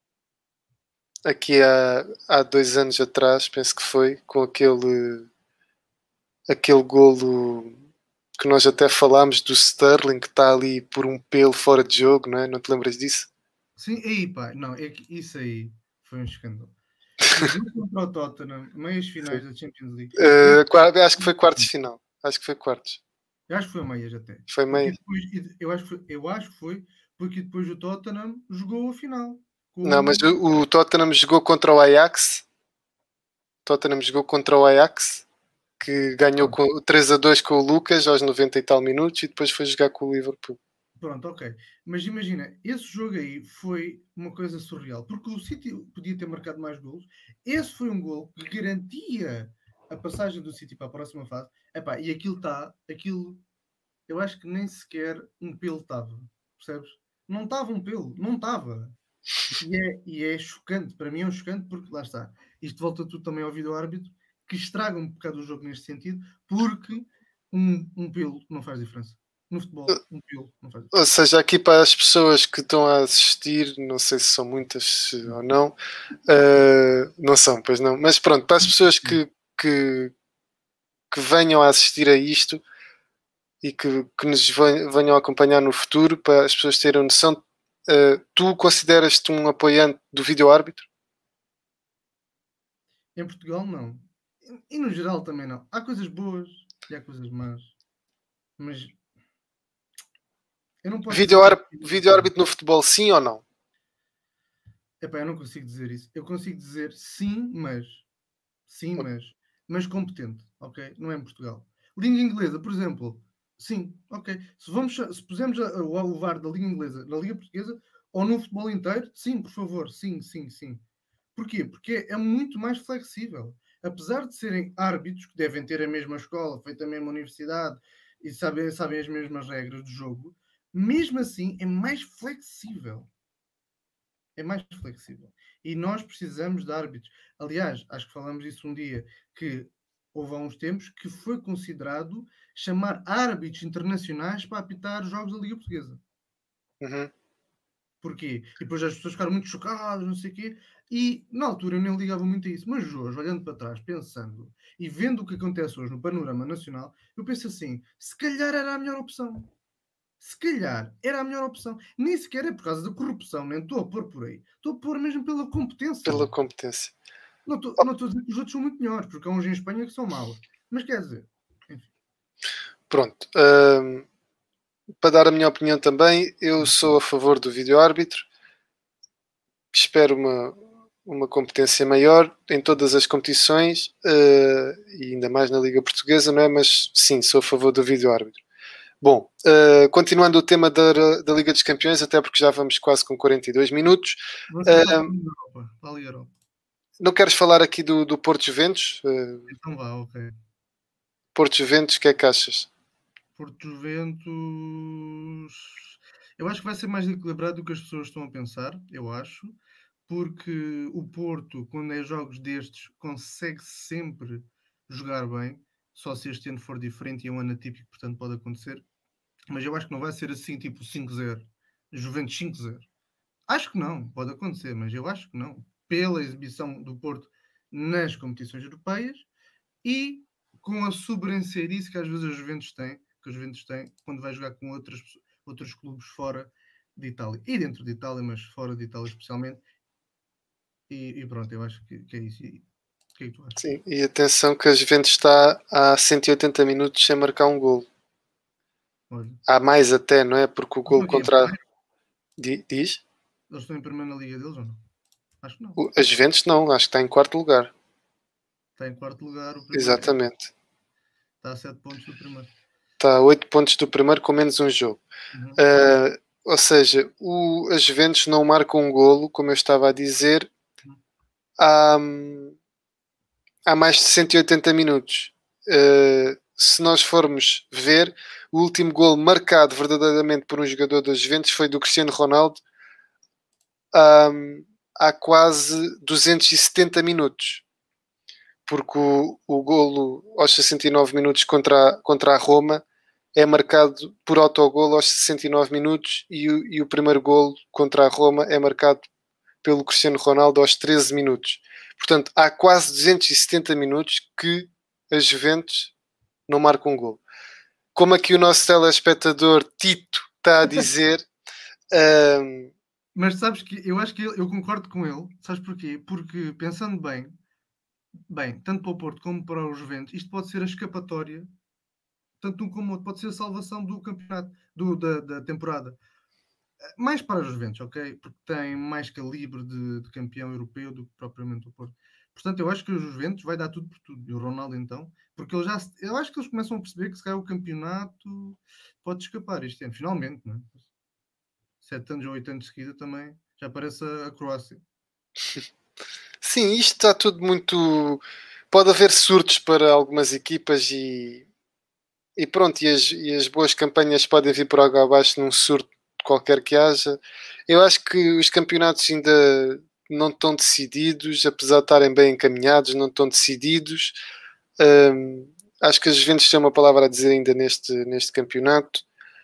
Aqui há, há dois anos atrás, penso que foi, com aquele, aquele golo que nós até falámos do Sterling, que está ali por um pelo fora de jogo, não é? Não te lembras disso? Sim, aí pá, não, é que isso aí foi um escândalo. O jogo contra o Tottenham, meias finais da Champions League. Eu, Uh, acho que foi quartos de final. Acho que foi quartos. eu acho que foi meias até. Foi Porque meio. depois, eu acho, que foi, eu acho que foi porque depois o Tottenham jogou a final. Não, mas Com... o, o Tottenham jogou contra o Ajax. O Tottenham jogou contra o Ajax, que ganhou com, três a dois com o Lucas aos noventa e tal minutos e depois foi jogar com o Liverpool. Pronto, ok. Mas imagina, esse jogo aí foi uma coisa surreal, porque o City podia ter marcado mais golos. Esse foi um gol que garantia a passagem do City para a próxima fase. Epá, e aquilo está, aquilo, eu acho que nem sequer um pelo estava, percebes? Não estava um pelo, não estava. E é, e é chocante, para mim é um chocante, porque lá está. Isto volta tudo também ao vídeo-árbitro, que estraga um bocado o jogo neste sentido, porque um, um pelo não faz diferença. No futebol, um piolo não faz isso. Ou seja, aqui para as pessoas que estão a assistir, não sei se são muitas ou não, uh, não são, pois não, mas pronto, para as pessoas que, que, que venham a assistir a isto e que, que nos venham a acompanhar no futuro, para as pessoas terem noção, uh, tu consideras-te um apoiante do vídeo-árbitro? Em Portugal, não. E no geral também não. Há coisas boas e há coisas más. Mas eu não posso Vídeo-árbitro vídeo no futebol, sim ou não? Epá, eu não consigo dizer isso. Eu consigo dizer sim, mas. Sim, mas. Mas competente, ok? Não é em Portugal. Língua inglesa, por exemplo. Sim, ok. Se, vamos, se pusermos a, o, o V A R da Liga Inglesa na Liga Portuguesa ou no futebol inteiro, sim, por favor. Sim, sim, sim. Porquê? Porque é muito mais flexível. Apesar de serem árbitros que devem ter a mesma escola, feita a mesma universidade e sabem, sabem as mesmas regras do jogo, mesmo assim é mais flexível. É mais flexível. E nós precisamos de árbitros. Aliás, acho que falamos isso um dia, que houve há uns tempos que foi considerado chamar árbitros internacionais para apitar os jogos da Liga Portuguesa. Uhum. Porquê? E depois as pessoas ficaram muito chocadas, não sei o quê. E na altura eu nem ligava muito a isso. Mas hoje, olhando para trás, pensando e vendo o que acontece hoje no panorama nacional, eu penso assim, se calhar era a melhor opção. Se calhar era a melhor opção. Nem sequer é por causa da corrupção, nem estou a pôr por aí. Estou a pôr mesmo pela competência. Pela competência. Não estou, não estou a dizer que os outros são muito melhores, porque há uns em Espanha que são maus. Mas quer dizer, enfim. Pronto. Um, para dar a minha opinião também, eu sou a favor do vídeo-árbitro. Espero uma, uma competência maior em todas as competições uh, e ainda mais na Liga Portuguesa, não é? Mas sim, sou a favor do vídeo-árbitro. Bom, uh, continuando o tema da, da Liga dos Campeões, até porque já vamos quase com quarenta e dois minutos. Vamos uh, para a Europa. Para a Europa. Não queres falar aqui do, do Porto Juventus? Uh, então vá, ok. Porto Juventus, o que é que achas? Porto Juventus... Eu acho que vai ser mais equilibrado do que as pessoas estão a pensar, eu acho. Porque o Porto, quando é jogos destes, consegue sempre jogar bem. Só se este ano for diferente e é um ano atípico, portanto pode acontecer. Mas eu acho que não vai ser assim, tipo cinco zero. Juventus cinco zero. Acho que não, pode acontecer, mas eu acho que não. Pela exibição do Porto nas competições europeias e com a sobranceirice que às vezes a Juventus tem, que a Juventus tem quando vai jogar com outras, outros clubes fora de Itália. E dentro de Itália, mas fora de Itália especialmente. E, e pronto, eu acho que, que é isso. E, o que é que tu achas? Sim, e atenção que a Juventus está há cento e oitenta minutos sem marcar um golo. Olha. Há mais até, não é? Porque o golo contra... Diz? Eles estão em primeiro na liga deles ou não? Acho que não. A Juventus não, acho que está em quarto lugar. Está em quarto lugar o primeiro. Exatamente. Está a sete pontos do primeiro. Está a oito pontos do primeiro com menos um jogo. Uhum. Uh, ou seja, o, a Juventus não marca um golo, como eu estava a dizer, uhum. há, há mais de cento e oitenta minutos. Uh, se nós formos ver, o último golo marcado verdadeiramente por um jogador da Juventus foi do Cristiano Ronaldo um, há quase duzentos e setenta minutos. Porque o, o golo aos sessenta e nove minutos contra a, contra a Roma é marcado por autogolo aos sessenta e nove minutos e o, e o primeiro golo contra a Roma é marcado pelo Cristiano Ronaldo aos treze minutos. Portanto, há quase duzentos e setenta minutos que a Juventus não marca um golo. Como aqui o nosso telespectador Tito está a dizer... um... Mas sabes que eu acho que eu, eu concordo com ele. Sabes porquê? Porque, pensando bem, bem, tanto para o Porto como para o Juventus, isto pode ser a escapatória, tanto um como outro, pode ser a salvação do campeonato, do, da, da temporada. Mais para os Juventus, ok? Porque tem mais calibre de, de campeão europeu do que propriamente o Porto. Portanto, eu acho que o Juventus vai dar tudo por tudo. E o Ronaldo, então, porque ele já, eu acho que eles começam a perceber que se calhar o campeonato pode escapar este ano, finalmente, não é? Sete anos ou oito anos de seguida também já parece a, a Croácia. Sim, isto está tudo muito... Pode haver surtos para algumas equipas e, e pronto, e as, e as boas campanhas podem vir por água abaixo num surto qualquer que haja. Eu acho que os campeonatos ainda não estão decididos, apesar de estarem bem encaminhados, não estão decididos. Um, acho que as Juventus têm uma palavra a dizer ainda neste, neste campeonato.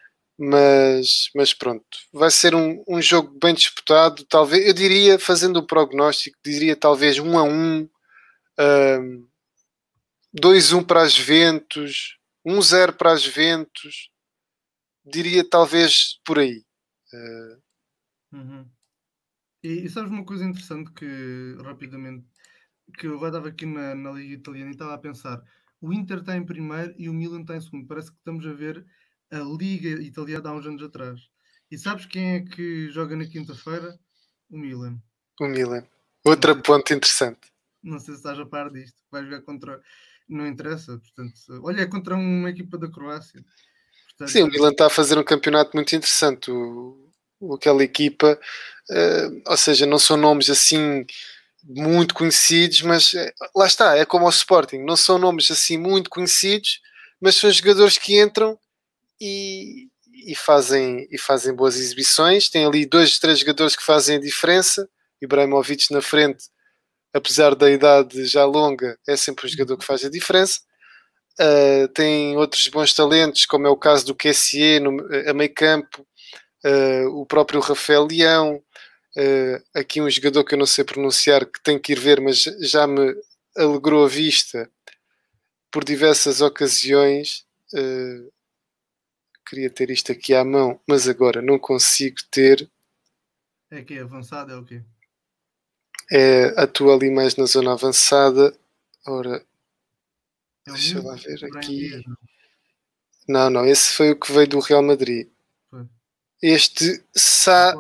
mas, mas pronto, vai ser um, um jogo bem disputado, talvez, eu diria, fazendo o prognóstico, diria talvez um a um, um dois a um para as Juventus, um zero para as Juventus, diria talvez por aí. Uh... Uhum. E, e sabes uma coisa interessante que, rapidamente, que eu estava aqui na, na Liga Italiana e estava a pensar, o Inter está em primeiro e o Milan está em segundo. Parece que estamos a ver a Liga Italiana há uns anos atrás. E sabes quem é que joga na quinta-feira? O Milan. O Milan. Outro ponto interessante. Não sei se estás a par disto. Vai jogar contra... Não interessa, portanto... Olha, é contra uma equipa da Croácia. Portanto... Sim, o Milan está a fazer um campeonato muito interessante. O, o, aquela equipa... Uh, ou seja, não são nomes assim... muito conhecidos, mas lá está, é como o Sporting, não são nomes assim muito conhecidos, mas são jogadores que entram e, e, fazem, e fazem boas exibições. Tem ali dois, três jogadores que fazem a diferença. Ibrahimovic na frente, apesar da idade já longa, é sempre um jogador que faz a diferença. Uh, tem outros bons talentos, como é o caso do Q S E no, a meio campo, uh, o próprio Rafael Leão. Uh, aqui um jogador que eu não sei pronunciar, que tenho que ir ver, mas já me alegrou a vista por diversas ocasiões. Uh, queria ter isto aqui à mão, mas agora não consigo ter. É que é avançado, é o quê? É, atua ali mais na zona avançada. Ora, é deixa eu lá ver aqui. Dias, não? não, não, esse foi o que veio do Real Madrid. Foi. Este Sa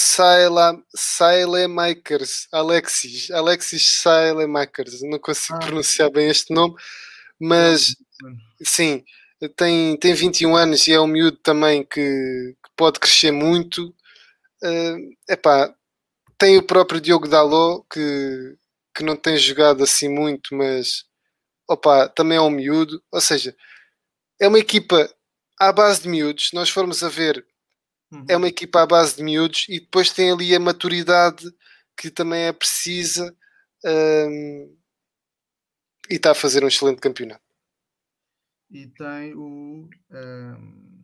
Saelemakers, Alexis, Alexis Saelemakers, não consigo ah, pronunciar bem este nome, mas não, não. sim, tem, tem vinte e um anos e é um miúdo também que, que pode crescer muito. Uh, epá, tem o próprio Diogo Dalot que, que não tem jogado assim muito, mas opa, também é um miúdo, ou seja, é uma equipa à base de miúdos. Se nós formos a ver, uhum. é uma equipa à base de miúdos e depois tem ali a maturidade que também é precisa, um, e está a fazer um excelente campeonato. E tem o um,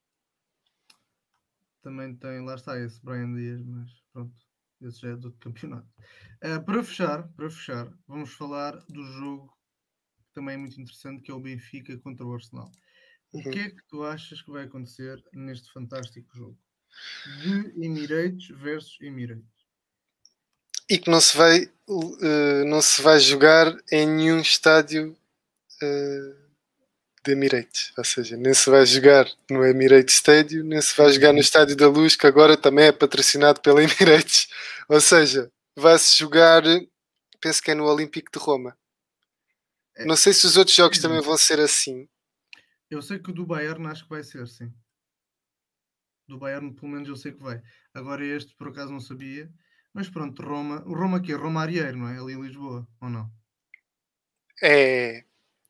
também tem, lá está esse Brian Dias, mas pronto, esse já é do campeonato. Uh, para fechar, para fechar, vamos falar do jogo que também é muito interessante, que é o Benfica contra o Arsenal. O uhum. que é que tu achas que vai acontecer neste fantástico jogo de Emirates versus Emirates? E que não se vai uh, não se vai jogar em nenhum estádio uh, de Emirates, ou seja, nem se vai jogar no Emirates Stadium, nem se vai jogar no Estádio da Luz, que agora também é patrocinado pela Emirates, ou seja, vai-se jogar, penso que é no Olímpico de Roma. É. Não sei se os outros jogos é. também vão ser assim. Eu sei que o do Bayern acho que vai ser, sim. Do Bayern, pelo menos eu sei que vai. Agora este, por acaso, não sabia. Mas pronto, Roma. O Roma aqui é Roma Arieiro, não é? Ali em Lisboa, ou não? É.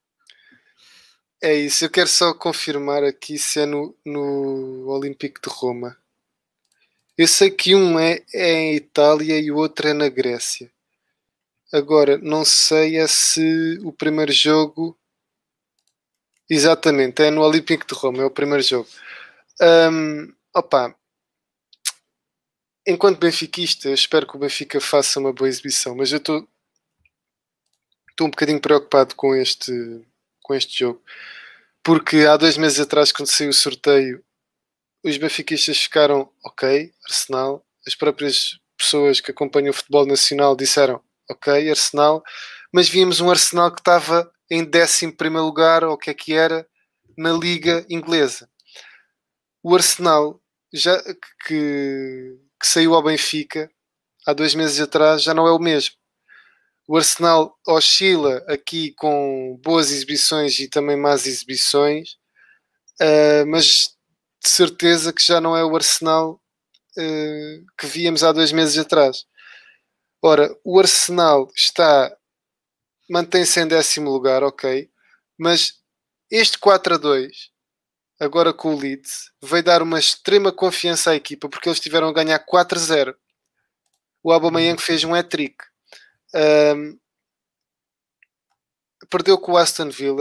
É isso. Eu quero só confirmar aqui se é no, no Olímpico de Roma. Eu sei que um é, é em Itália e o outro é na Grécia. Agora, não sei é se o primeiro jogo... Exatamente, é no Olímpico de Roma, é o primeiro jogo. Um, opa, enquanto benfiquista, eu espero que o Benfica faça uma boa exibição, mas eu estou estou um bocadinho preocupado com este, com este jogo, porque há dois meses atrás, quando saiu o sorteio, os benfiquistas ficaram ok, Arsenal, as próprias pessoas que acompanham o futebol nacional disseram ok, Arsenal, mas víamos um Arsenal que estava em décimo primeiro lugar, ou o que é que era, na Liga Inglesa. O Arsenal, já, que, que saiu ao Benfica há dois meses atrás, já não é o mesmo. O Arsenal oscila aqui com boas exibições e também más exibições, uh, mas de certeza que já não é o Arsenal uh, que víamos há dois meses atrás. Ora, o Arsenal está... mantém-se em décimo lugar, ok, mas este quatro a dois, agora com o Leeds, veio dar uma extrema confiança à equipa, porque eles tiveram a ganhar quatro a zero. O Aubameyang fez um hat-trick. Um, perdeu com o Aston Villa,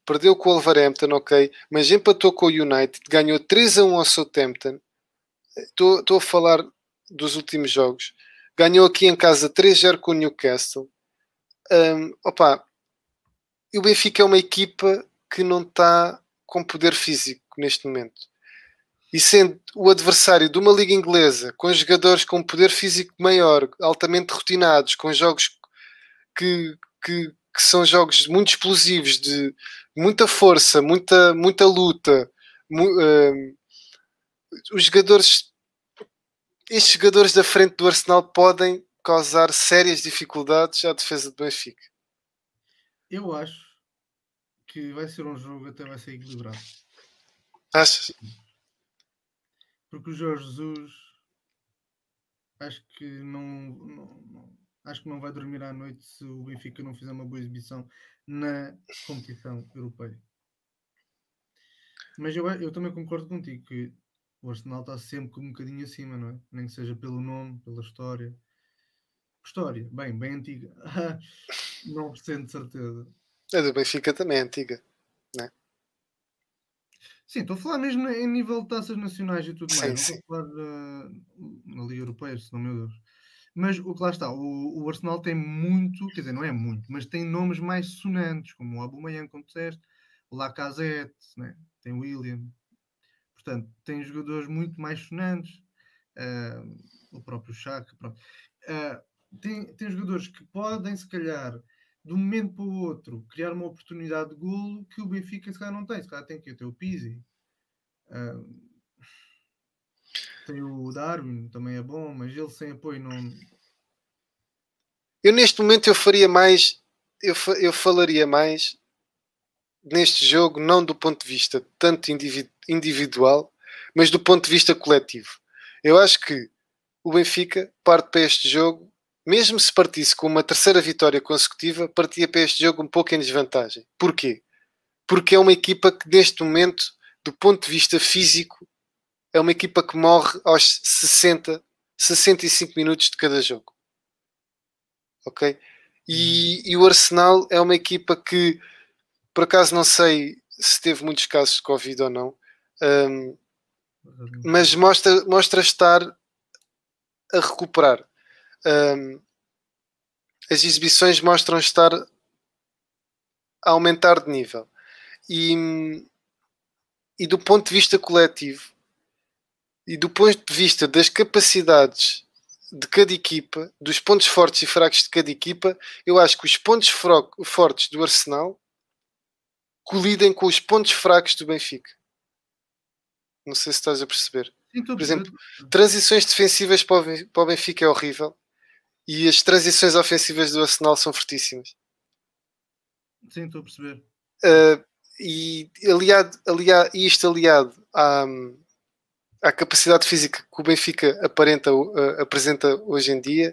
perdeu com o Wolverhampton, ok, mas empatou com o United, ganhou três a um ao Southampton. Estou a falar dos últimos jogos. Ganhou aqui em casa três a zero com o Newcastle. Um, opa, e o Benfica é uma equipa que não está com poder físico neste momento. E sendo o adversário de uma liga inglesa, com jogadores com poder físico maior, altamente rotinados, com jogos que, que, que são jogos muito explosivos, de muita força, muita, muita luta, mu, uh, os jogadores, estes jogadores da frente do Arsenal podem causar sérias dificuldades à defesa do Benfica. Eu acho que vai ser um jogo até vai ser equilibrado. Achas? Porque o Jorge Jesus acho que não, não, não, acho que não vai dormir à noite se o Benfica não fizer uma boa exibição na competição europeia. Mas eu, eu também concordo contigo que o Arsenal está sempre um bocadinho acima, não é? Nem que seja pelo nome, pela história. História, bem, bem antiga. Não percento de certeza. A do Benfica também é antiga, não é? Sim, estou a falar mesmo em nível de taças nacionais e tudo Sim, mais. Não sim. estou a falar uh, na Liga Europeia, senão, meu Deus. Mas o que lá está, o, o Arsenal tem muito, quer dizer, não é muito, mas tem nomes mais sonantes, como o Aubameyang, como disseste, o Lacazette, né? Tem o William. Portanto, tem jogadores muito mais sonantes. Uh, o próprio Xhaka, pronto. Uh, tem, tem jogadores que podem, se calhar, de um momento para o outro, criar uma oportunidade de golo que o Benfica, se calhar, não tem. Se calhar tem que ter o Pizzi. Uh, tem o Darwin, também é bom, mas ele sem apoio não... Eu neste momento eu faria mais, eu, fa, eu falaria mais neste jogo, não do ponto de vista tanto individu, individual, mas do ponto de vista coletivo. Eu acho que o Benfica parte para este jogo, mesmo se partisse com uma terceira vitória consecutiva, partia para este jogo um pouco em desvantagem. Porquê? Porque é uma equipa que neste momento, do ponto de vista físico, é uma equipa que morre aos sessenta, sessenta e cinco minutos de cada jogo. Ok? E, e o Arsenal é uma equipa que, por acaso não sei se teve muitos casos de Covid ou não, um, mas mostra, mostra estar a recuperar. Um, as exibições mostram estar a aumentar de nível. E, e do ponto de vista coletivo, e do ponto de vista das capacidades de cada equipa, dos pontos fortes e fracos de cada equipa, eu acho que os pontos fortes do Arsenal colidem com os pontos fracos do Benfica. Não sei se estás a perceber. Sim, por exemplo, transições defensivas para o Benfica é horrível e as transições ofensivas do Arsenal são fortíssimas. Sim, estou a perceber. Uh, e aliado, aliado, isto aliado à, à capacidade física que o Benfica aparenta, uh, apresenta hoje em dia,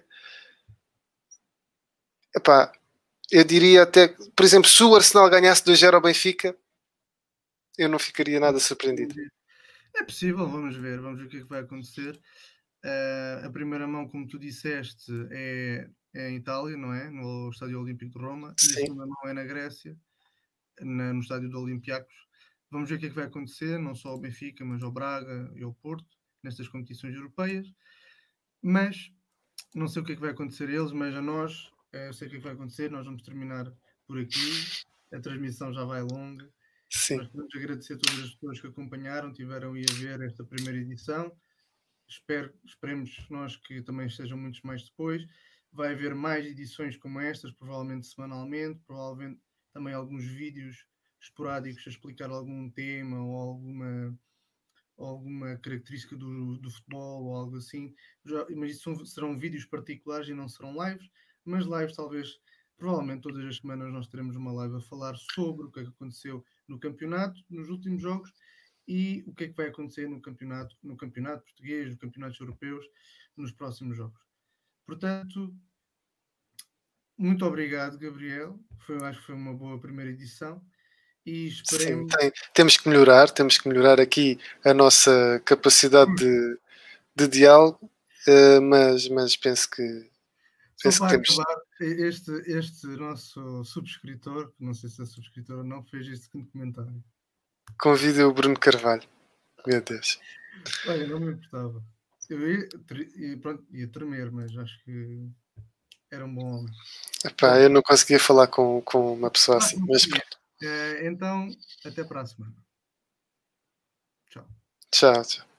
epá, eu diria até, por exemplo, se o Arsenal ganhasse dois a zero ao Benfica, eu não ficaria nada surpreendido. É possível, vamos ver, vamos ver o que é que vai acontecer. Uh, a primeira mão, como tu disseste, é, é em Itália, não é? No Estádio Olímpico de Roma. Sim. E a segunda mão é na Grécia, na, no Estádio do Olympiacos. Vamos ver o que é que vai acontecer, não só ao Benfica, mas ao Braga e ao Porto, nestas competições europeias. Mas, não sei o que é que vai acontecer a eles, mas a nós, eu sei o que é que vai acontecer, nós vamos terminar por aqui. A transmissão já vai longa. Sim. Nós queremos agradecer a todas as pessoas que acompanharam, tiveram a ver esta primeira edição. Espero, esperemos nós que também estejam muitos mais depois. Vai haver mais edições como estas, provavelmente semanalmente, provavelmente também alguns vídeos esporádicos a explicar algum tema ou alguma, ou alguma característica do, do futebol ou algo assim. Já, mas isso são, serão vídeos particulares e não serão lives, mas lives talvez, provavelmente todas as semanas nós teremos uma live a falar sobre o que é que aconteceu no campeonato, nos últimos jogos, e o que é que vai acontecer no campeonato, no campeonato português, nos campeonatos europeus, nos próximos jogos. Portanto, muito obrigado, Gabriel. Foi, acho que foi uma boa primeira edição. E esperemos... Sim, tem, temos que melhorar, temos que melhorar aqui a nossa capacidade de, de diálogo, uh, mas, mas penso que, penso Só que para temos... acabar, Este, este nosso subscritor, não sei se é subscritor ou não, fez este seguinte comentário. Convida o Bruno Carvalho. Meu Deus. Olha, não me importava. Eu ia, e pronto, ia tremer, mas acho que era um bom homem. Epá, eu não conseguia falar com, com uma pessoa Ah, assim. não Mas podia. Eh, então, até para a semana. Tchau. tchau, tchau.